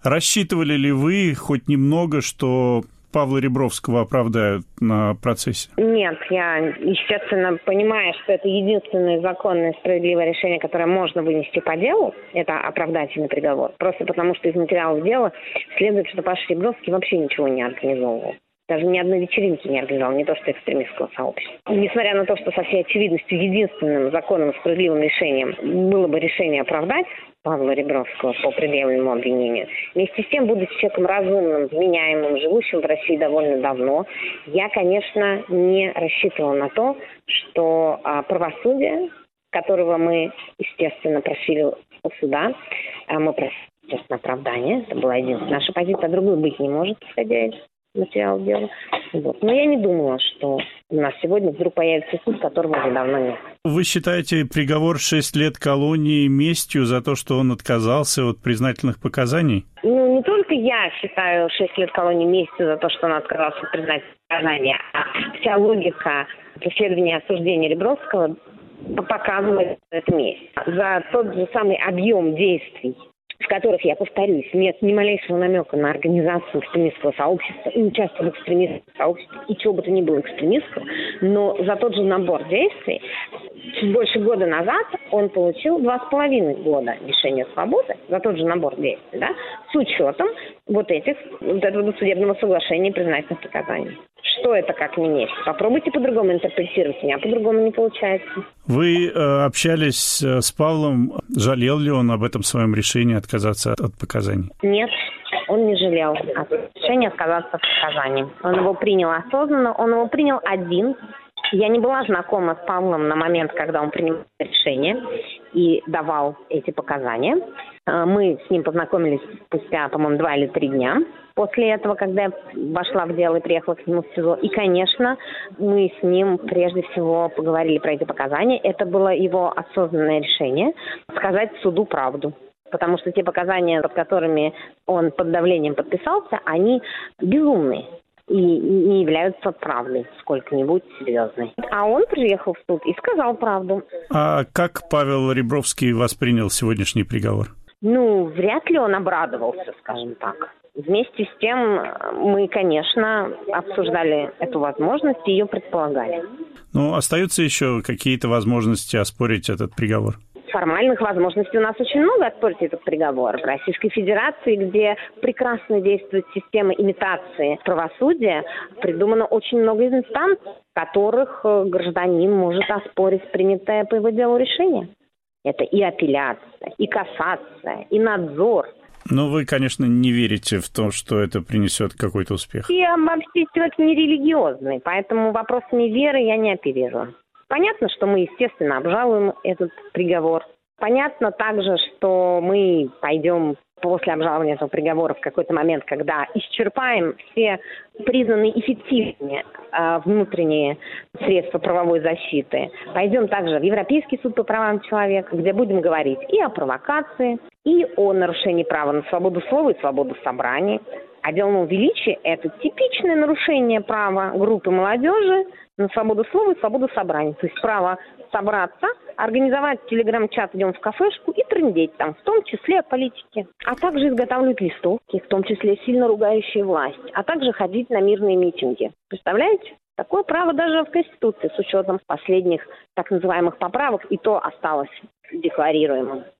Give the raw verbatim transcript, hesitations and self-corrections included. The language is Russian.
Рассчитывали ли вы хоть немного, что Павла Ребровского оправдают на процессе? Нет, я, естественно, понимаю, что это единственное законное и справедливое решение, которое можно вынести по делу, это оправдательный приговор. Просто потому, что из материалов дела следует, что Паша Ребровский вообще ничего не организовывал. Даже ни одной вечеринки не организовал, не то что экстремистского сообщества. И несмотря на то, что со всей очевидностью единственным законным и справедливым решением было бы решение оправдать Павла Ребровского по предъявленному обвинению, вместе с тем, будучи человеком разумным, вменяемым, живущим в России довольно давно, я, конечно, не рассчитывала на то, что а, правосудие, которого мы, естественно, просили у суда, а мы просили, естественно, оправдания, это была единственная наша позиция, а другой быть не может, исходя из материал дела. Вот. Но я не думала, что у нас сегодня вдруг появится суд, которого уже давно нет. Вы считаете приговор шесть лет колонии местью за то, что он отказался от признательных показаний? Ну, не только я считаю шесть лет колонии местью за то, что он отказался от признательных показаний, а вся логика преследования и осуждения Ребровского показывает это месть. За тот же самый объем действий, в которых, я повторюсь, нет ни малейшего намека на организацию экстремистского сообщества и участие в экстремистском сообществе, и чего бы то ни было экстремистского, но за тот же набор действий чуть больше года назад он получил два с половиной года лишения свободы за тот же набор действий, да, с учетом вот этих, вот этого судебного соглашения и признательных показаний. Что это как не месть? Попробуйте по-другому интерпретировать, у меня по-другому не получается. Вы э, общались с Павлом, жалел ли он об этом своем решении отказаться от, от показаний? Нет, он не жалел от решения отказаться от показаний. Он его принял осознанно, он его принял один. Я не была знакома с Павлом на момент, когда он принимал решение и давал эти показания. Мы с ним познакомились спустя, по-моему, два или три дня после этого, когда я вошла в дело и приехала к нему в СИЗО. И, конечно, мы с ним прежде всего поговорили про эти показания. Это было его осознанное решение сказать суду правду. Потому что те показания, под которыми он под давлением подписался, они безумные и не являются правдой сколько-нибудь серьезной. А он приехал в суд и сказал правду. А как Павел Ребровский воспринял сегодняшний приговор? Ну, вряд ли он обрадовался, скажем так. Вместе с тем мы, конечно, обсуждали эту возможность и ее предполагали. Ну, остаются еще какие-то возможности оспорить этот приговор? Формальных возможностей у нас очень много оспорить этот приговор. В Российской Федерации, где прекрасно действует система имитации правосудия, придумано очень много инстанций, в которых гражданин может оспорить принятое по его делу решение. Это и апелляция, и кассация, и надзор. Но вы, конечно, не верите в то, что это принесет какой-то успех. Я вообще человек нерелигиозный, поэтому вопрос неверы я не оперирую. Понятно, что мы, естественно, обжалуем этот приговор. Понятно также, что мы пойдем после обжалования этого приговора в какой-то момент, когда исчерпаем все признанные эффективными э, внутренние средства правовой защиты. Пойдем также в Европейский суд по правам человека, где будем говорить и о провокации, и о нарушении права на свободу слова и свободу собраний. А дело новом величии – это типичное нарушение права группы молодежи на свободу слова и свободу собраний. То есть право собраться, организовать телеграм-чат, идем в кафешку и трындеть там, в том числе о политике. А также изготавливать листовки, в том числе сильно ругающие власть, а также ходить на мирные митинги. Представляете? Такое право даже в Конституции с учетом последних так называемых поправок, и то осталось декларируемым.